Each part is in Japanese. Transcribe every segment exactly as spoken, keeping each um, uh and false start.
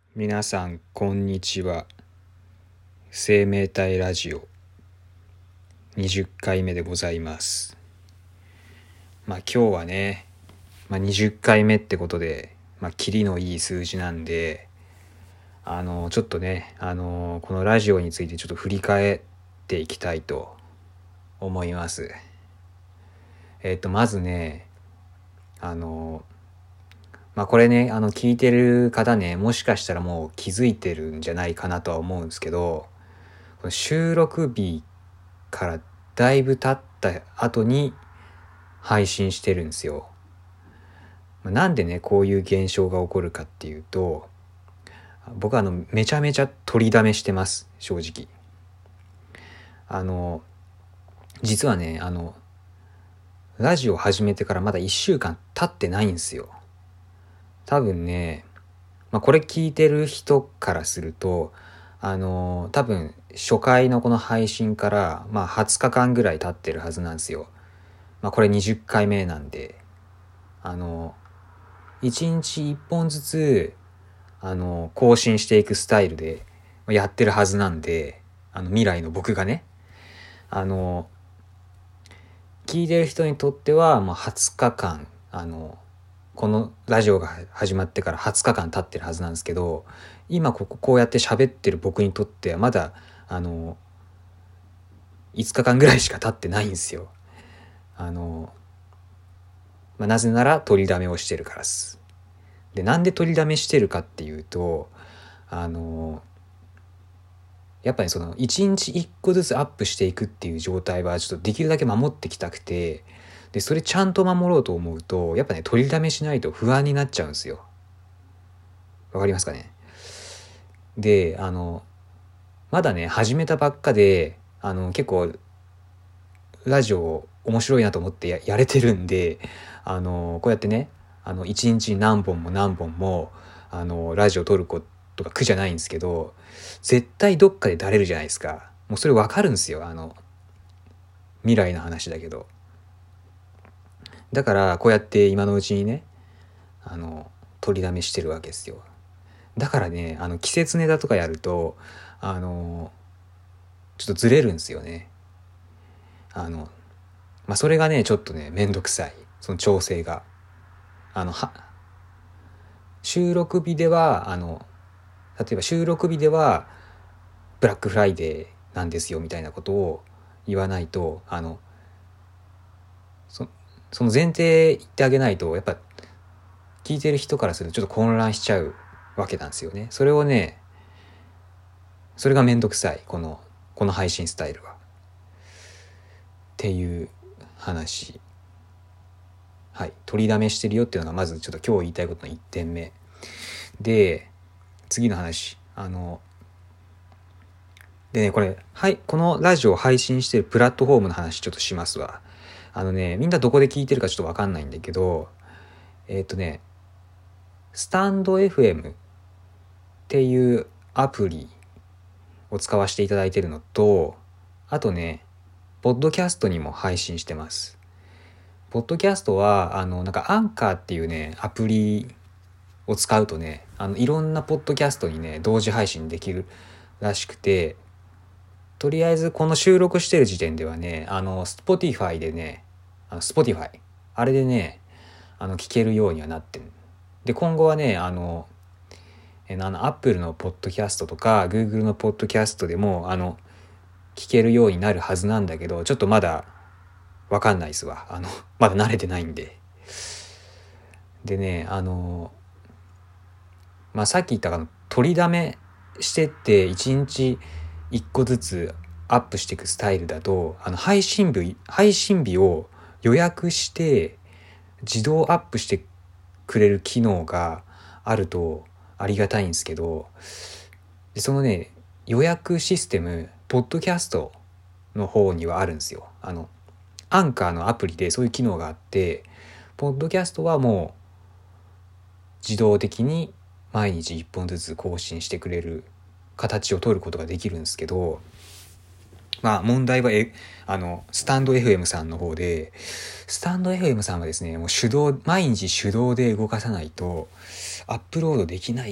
皆さんこんにちは。生命体ラジオにじゅっかいめでございます。まあ今日はね、まあ、にじゅっかいめってことで、まあキリのいい数字なんで、あのちょっとね、あのこのラジオについてちょっと振り返っていきたいと思います。えっとまずね、あのまあこれね、あの聞いてる方ね、もしかしたらもう気づいてるんじゃないかなとは思うんですけど、この収録日からだいぶ経った後に配信してるんですよ。なんでねこういう現象が起こるかっていうと、僕はあのめちゃめちゃ取りだめしてます。正直あの実はね、あのラジオ始めてからまだいっしゅうかん経ってないんですよ。多分ね、まあ、これ聞いてる人からするとあの多分初回のこの配信からまあはつかかんぐらい経ってるはずなんですよ。まあこれにじゅっかいめなんで、あのいちにちいっぽんずつあの更新していくスタイルでやってるはずなんで、あの未来の僕がね、あの聞いてる人にとってはもうはつかかん、あのこのラジオが始まってからはつかかん経ってるはずなんですけど、今こここうやって喋ってる僕にとってはまだあのいつかかんぐらいしか経ってないんですよ。あの、まあ、なぜなら取りだめをしてるからです。で、なんで取りだめしてるかっていうと、あのやっぱりそのいちにちいっこずつアップしていくっていう状態はちょっとできるだけ守ってきたくて、でそれちゃんと守ろうと思うとやっぱね取りだめしないと不安になっちゃうんですよ。わかりますかね。で、あのまだね始めたばっかで、あの結構ラジオ面白いなと思って や, やれてるんで、あのこうやってね、あのいちにち何本も何本もあのラジオ撮ることが苦じゃないんですけど、絶対どっかでだれるじゃないですか。もうそれわかるんですよ。あの未来の話だけど。だからこうやって今のうちにね、あの取りだめしてるわけですよ。だからね、あの季節ネタとかやるとあのちょっとずれるんですよね。あのまあそれがねちょっとねめんどくさい、その調整が。あのは収録日ではあの例えば収録日ではブラックフライデーなんですよみたいなことを言わないと、あの そ, その前提言ってあげないと、やっぱ聞いてる人からするとちょっと混乱しちゃうわけなんですよね。それをね、それがめんどくさい、このこの配信スタイルはっていう話。はい、取りだめしてるよっていうのがまずちょっと今日言いたいことのいってんめで、次の話、あのでねこれ、はい、このラジオを配信してるプラットフォームの話ちょっとしますわ。あのね、みんなどこで聞いてるかちょっと分かんないんだけど、えっとねスタンド エフエム っていうアプリを使わせていただいてるのと、あとねポッドキャストにも配信してます。ポッドキャストはあのなんかアンカーっていうねアプリを使うとね、あのいろんなポッドキャストにね同時配信できるらしくて、とりあえずこの収録してる時点ではね、あの Spotify でね、あの Spotify あれでね、あの聞けるようにはなってる。で今後はね、あのえあの Apple のポッドキャストとか Google のポッドキャストでもあの聞けるようになるはずなんだけど、ちょっとまだわかんないですわ。あのまだ慣れてないんで。でね、あのまあさっき言ったかの取りだめしてっていちにちいっこずつアップしていくスタイルだと、あの配信日配信日を予約して自動アップしてくれる機能があるとありがたいんですけど、そのね予約システムポッドキャストの方にはあるんですよ。あのアンカーのアプリでそういう機能があって、ポッドキャストはもう自動的に毎日いっぽんずつ更新してくれる形を取ることができるんですけど、まあ問題はえあのスタンド エフエム さんの方で、スタンド エフエム さんはですね、もう手動毎日手動で動かさないとアップロードできないっ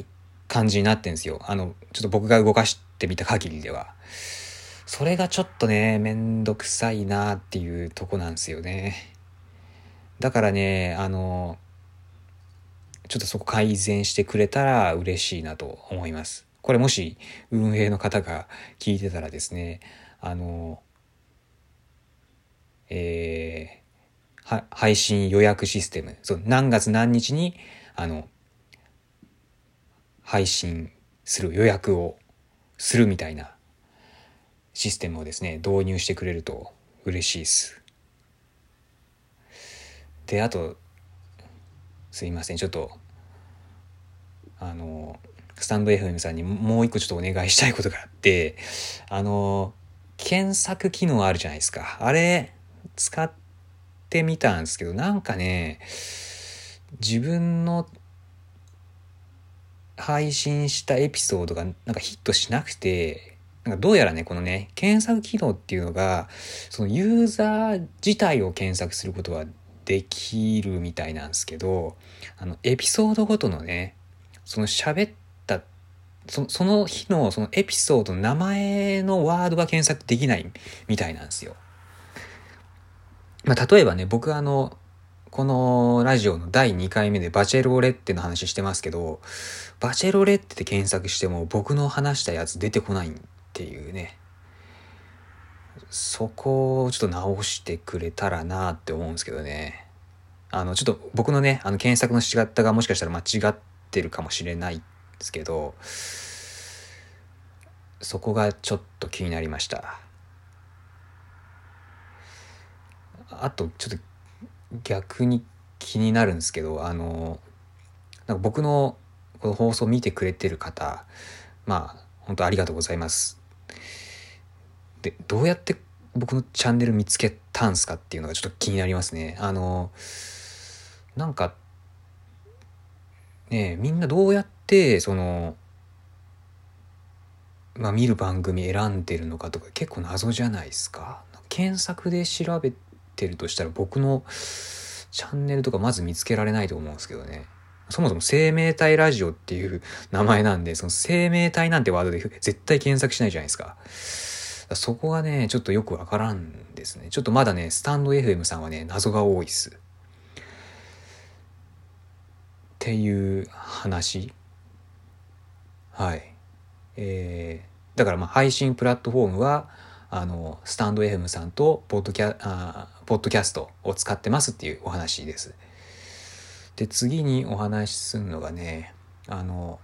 感じになってんですよ。あの、ちょっと僕が動かしてみた限りでは。それがちょっとね、めんどくさいなっていうとこなんですよね。だからね、あの、ちょっとそこ改善してくれたら嬉しいなと思います。これもし運営の方が聞いてたらですね、あの、えー、は配信予約システム、そう何月何日にあの配信する予約をするみたいなシステムをですね導入してくれると嬉しいです。で、あとすいません、ちょっとあのスタンド エフエム さんにもう一個ちょっとお願いしたいことがあって、あの検索機能あるじゃないですか。あれ使ってみたんですけど、なんかね、自分の配信したエピソードがなんかヒットしなくて、なんかどうやらね、このね、検索機能っていうのが、そのユーザー自体を検索することはできるみたいなんですけど、あの、エピソードごとのね、その喋った、そその日のそのエピソードの名前のワードが検索できないみたいなんですよ。まあ、例えばね、僕あの、このラジオのだいにかいめでバチェロレッテの話してますけど、バチェロレッテで検索しても僕の話したやつ出てこないっていうね。そこをちょっと直してくれたらなって思うんですけどね。あの、ちょっと僕のね、あの検索の仕方がもしかしたら間違ってるかもしれないですけど、そこがちょっと気になりました。あと、ちょっと逆に気になるんですけど、あの、なんか僕のこの放送を見てくれてる方、まあ、本当ありがとうございます。で、どうやって僕のチャンネル見つけたんすかっていうのがちょっと気になりますね。あの、なんか、ね、みんなどうやって、その、まあ見る番組選んでるのかとか結構謎じゃないですか。検索で調べてるとしたら僕のチャンネルとかまず見つけられないと思うんですけどね。そもそも生命体ラジオっていう名前なんで、その生命体なんてワードで絶対検索しないじゃないですか。そこがね、ちょっとよくわからんですね。ちょっとまだね、スタンド エフエム さんはね、謎が多いっす。っていう話。はい。えー、だからまあ配信プラットフォームは、あの、スタンド エフエム さんとポッドキャ、あー、ポッドキャストを使ってますっていうお話です。で、次にお話しするのがね、あの、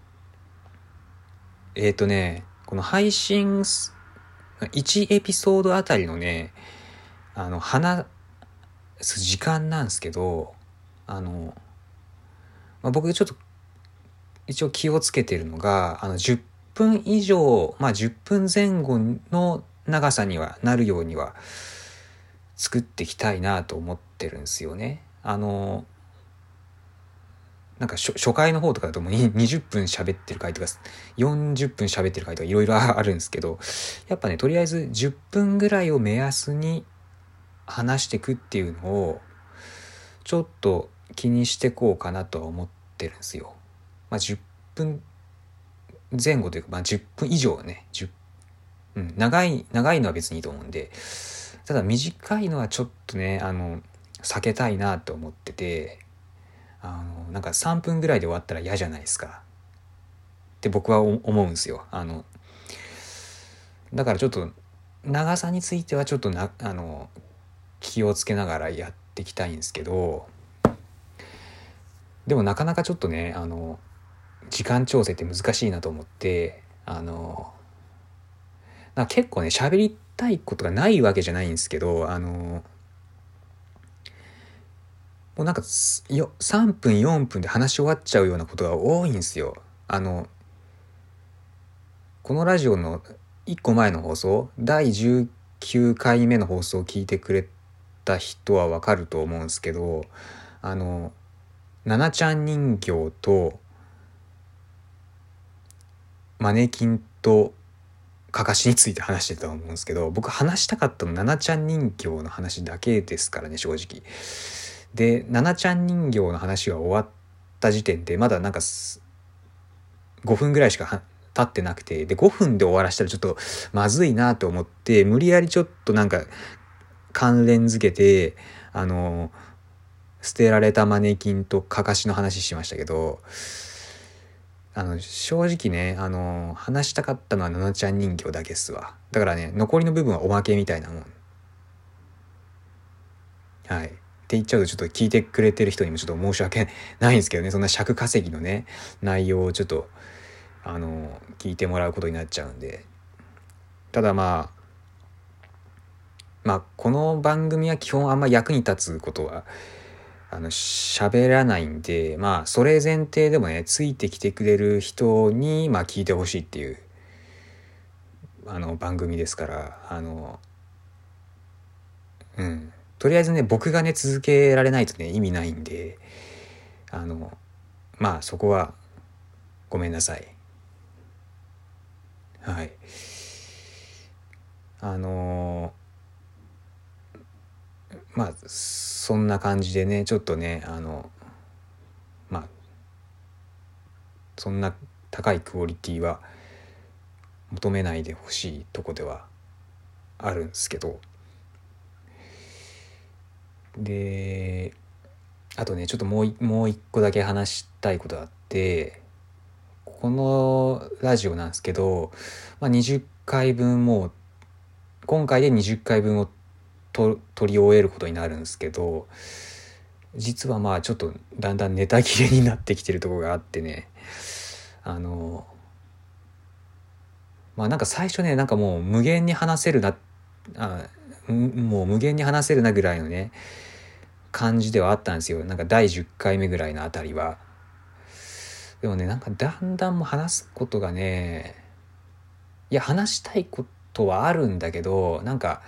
えっとね、この配信いちエピソードあたりのね、あの、話す時間なんですけど、あの、まあ、僕ちょっと一応気をつけてるのが、あの、じゅっぷん以上、まあじゅっぷんぜん後の長さにはなるようには作っていきたいなと思ってるんですよね。あの、なんか初初回の方とかだともうにじゅっぷん喋ってる回とかよんじゅっぷん喋ってる回とかいろいろあるんですけど、やっぱね、とりあえずじゅっぷんぐらいを目安に話していくっていうのをちょっと気にしてこうかなとは思ってるんですよ。まあじゅっぷんぜん後というか、まあじゅっぷん以上ね、じゅう、うん、長い長いのは別にいいと思うんで、ただ短いのはちょっとね、あの避けたいなと思ってて、あのなんかさんぷんぐらいで終わったら嫌じゃないですかって僕は思うんですよ。あのだからちょっと長さについてはちょっとなあの気をつけながらやっていきたいんですけど、でもなかなかちょっとね、あの時間調整って難しいなと思って、あのなんか結構ね喋りたいことがないわけじゃないんですけど、あのもうなんかよさんぷんよんぷんで話し終わっちゃうようなことが多いんですよ。あのこのラジオのいっこまえの放送、だいじゅうきゅうかいめの放送を聞いてくれた人はわかると思うんですけど、あのななちゃん人形とマネキンとかかしについて話してたと思うんですけど、僕話したかったのななちゃん人形の話だけですからね、正直。で、ななちゃん人形の話が終わった時点でまだなんかごふんぐらいしか経ってなくて、でごふんで終わらしたらちょっとまずいなと思って、無理やりちょっとなんか関連づけて、あの捨てられたマネキンとかかしの話しましたけど、あの正直ね、あの話したかったのはののちゃん人形だけっすわ。だからね、残りの部分はおまけみたいなもん。はい。って言っちゃうとちょっと聞いてくれてる人にもちょっと申し訳ないんですけどね、そんな尺稼ぎのね内容をちょっとあの聞いてもらうことになっちゃうんで。ただまあまあこの番組は基本あんま役に立つことはあの喋らないんで、まあそれ前提でもね、ついてきてくれる人にまあ聞いてほしいっていうあの番組ですから、あのうんとりあえずね、僕がね続けられないとね意味ないんで、あのまあそこはごめんなさい。はい。あのまあそんな感じでね、ちょっとね、あのまあそんな高いクオリティは求めないでほしいとこではあるんですけど、であとね、ちょっともうもう一個だけ話したいことがあって、このラジオなんですけど、まあ、にじゅっかいぶん、もう今回でにじゅっかいぶんをと取り終えることになるんですけど、実はまあちょっとだんだんネタ切れになってきてるところがあってね、あのまあなんか最初ね、なんかもう無限に話せるなあもう無限に話せるなぐらいのね感じではあったんですよ。なんかだいじゅっかいめぐらいのあたりは。でもね、なんかだんだんもう話すことがね、いや話したいことはあるんだけど、なんか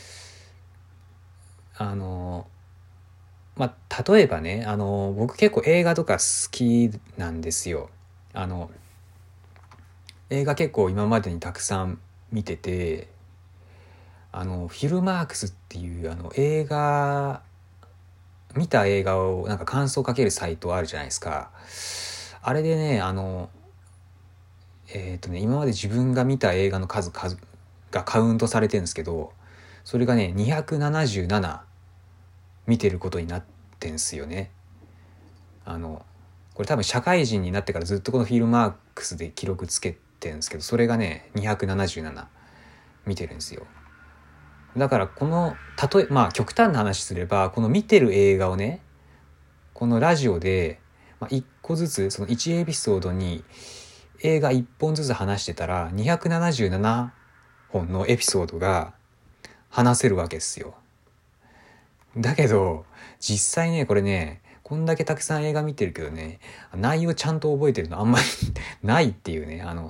あのまあ例えばね、あの僕結構映画とか好きなんですよ。あの映画結構今までにたくさん見てて、あのフィルマークスっていうあの映画見た映画をなんか感想かけるサイトあるじゃないですか。あれでね、あのえっとね今まで自分が見た映画の数数がカウントされてるんですけど、それがねにひゃくななじゅうなな見てることになってんすよね。あのこれ多分社会人になってからずっとこのフィルマークスで記録つけてるんですけど、それがねにひゃくななじゅうなな見てるんですよ。だからこの例えまあ極端な話すれば、この見てる映画をね、このラジオでいっこずつ、そのいちエピソードに映画いっぽんずつ話してたらにひゃくななじゅうななほんのエピソードが話せるわけですよ。だけど実際ね、これね、こんだけたくさん映画見てるけどね、内容ちゃんと覚えてるのあんまりないっていうね、あの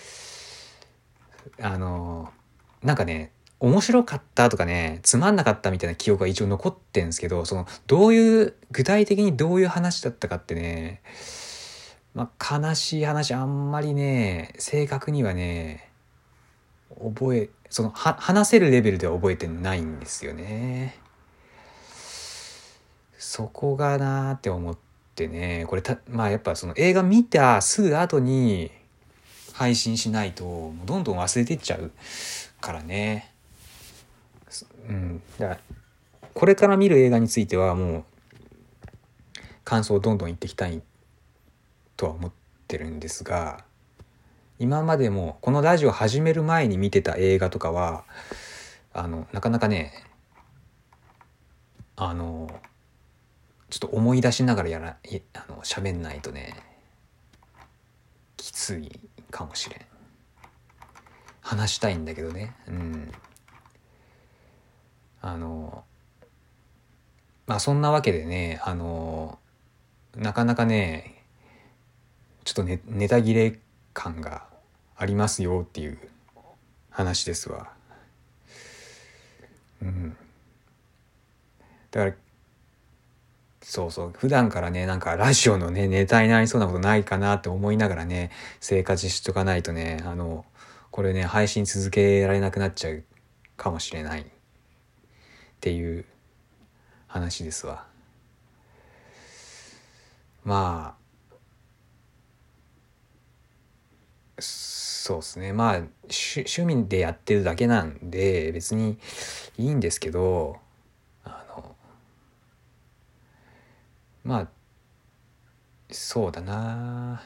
あのなんかね、面白かったとかね、つまんなかったみたいな記憶が一応残ってんですけど、そのどういう具体的にどういう話だったかってね、まあ悲しい話、あんまりね正確にはね覚えそのは話せるレベルでは覚えてないんですよね。そこがなーって思ってね、これたまあやっぱその映画見たすぐ後に配信しないともうどんどん忘れていっちゃうからね。うん、だからこれから見る映画についてはもう感想をどんどん言っていきたいとは思ってるんですが、今までもこのラジオ始める前に見てた映画とかはあのなかなかね、あのちょっと思い出しながらやらあの喋んないとねきついかもしれん。話したいんだけどね。うんあのまあそんなわけでね、あのなかなかねちょっとねネタ切れ感がありますよっていう話ですわ。うん。だからそうそう、普段からねなんかラジオのねネタになりそうなことないかなって思いながらね生活しとかないとね、あのこれね配信続けられなくなっちゃうかもしれないっていう話ですわ。まそうですね。まあ趣、趣味でやってるだけなんで別にいいんですけど、あのまあそうだな。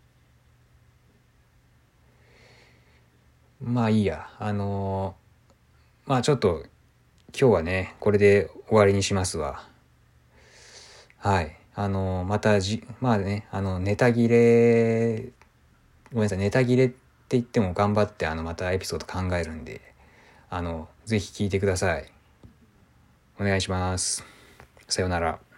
まあいいや。あのまあちょっと今日はねこれで終わりにしますわ。はい。あのまたじまあねあのネタ切れごめんなさい、ネタ切れって言っても頑張ってあのまたエピソード考えるんで、あのぜひ聞いてください。お願いします。さようなら。